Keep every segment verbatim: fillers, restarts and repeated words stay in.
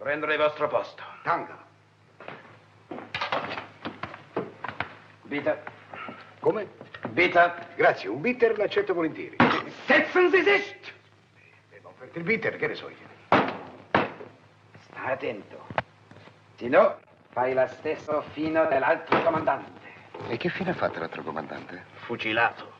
prendere il vostro posto. Tanga. Bitter. Come? Bitter. Grazie, un bitter l'accetto volentieri. Setzen Sie sich! Eh, ma offerti il bitter, che ne so io? Stai attento. Se no, fai la stessa fine dell'altro comandante. E che fine ha fatto l'altro comandante? Fucilato.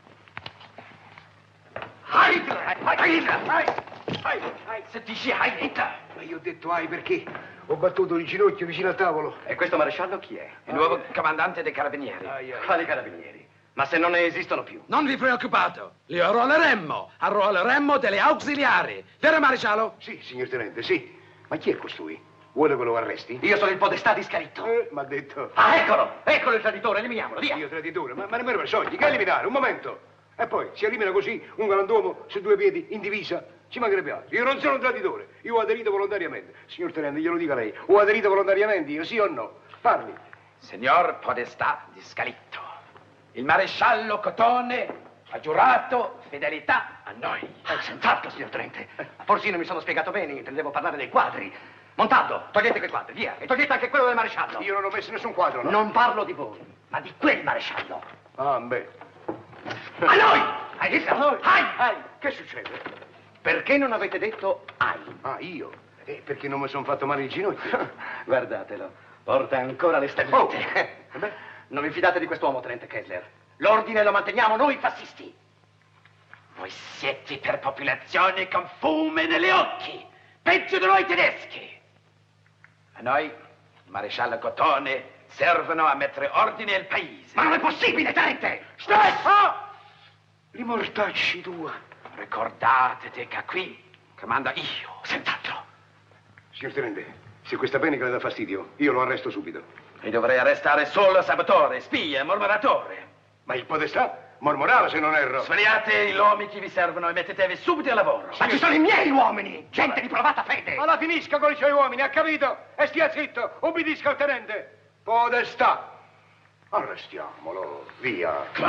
Hitler! Hitler! Se dici Hitler! Ma io ho detto ai perché ho battuto il ginocchio vicino al tavolo. E questo maresciallo chi è? Il nuovo comandante dei carabinieri. Ai, ai. Quali carabinieri? Ma se non ne esistono più. Non vi preoccupate, li arruoleremmo, arruoleremmo delle ausiliari. Vero maresciallo? Sì, signor tenente, sì. Ma chi è costui? Vuole che lo arresti? Io sono il podestà di Scalitto. Eh, m'ha detto. Ah, eccolo! Eccolo il traditore, eliminiamolo, via! Io traditore, ma, ma nemmeno per soldi, che eliminare? Un momento! E poi si elimina così un galantuomo su due piedi, in divisa? Ci mancherebbe altro. Io non sono un traditore, io ho aderito volontariamente. Signor tenente, glielo dica lei, ho aderito volontariamente, io sì o no? Parli. Signor podestà di Scalitto, il maresciallo Cotone ha giurato fedeltà a noi. Eh, senz'altro, signor tenente. Forse non mi sono spiegato bene, intendevo parlare dei quadri. Montaldo, togliete quei quadri, via. E togliete anche quello del maresciallo. Io non ho messo nessun quadro, no? Non parlo di voi, ma di quel maresciallo. Ah, beh. A noi! Hai visto? A noi? Hai, hai. Che succede? Perché non avete detto hai? Ah, io? Eh, perché non mi sono fatto male il ginocchio? Guardatelo, porta ancora le stellette. Oh. Eh beh. Non vi fidate di quest'uomo, tenente Kessler. L'ordine lo manteniamo noi fascisti. Voi siete per popolazione con fumo negli occhi, peggio di noi tedeschi. A noi, il maresciallo Cotone, servono a mettere ordine al paese. Ma non è possibile, tenente! Stai! Oh! Li mortacci tua. Ricordate che qui comando io, senz'altro. Signor tenente, se questa penica le dà fastidio, io lo arresto subito. E dovrei arrestare solo sabotore, spia, mormoratore. Ma il podestà mormorava, se non erro. Svariate i lomi che vi servono e mettetevi subito al lavoro. Ma ci sono i miei uomini, gente di provata fede. Ma la finisca con i suoi uomini, ha capito? E stia zitto, obbedisca al tenente. Podestà. Arrestiamolo, via.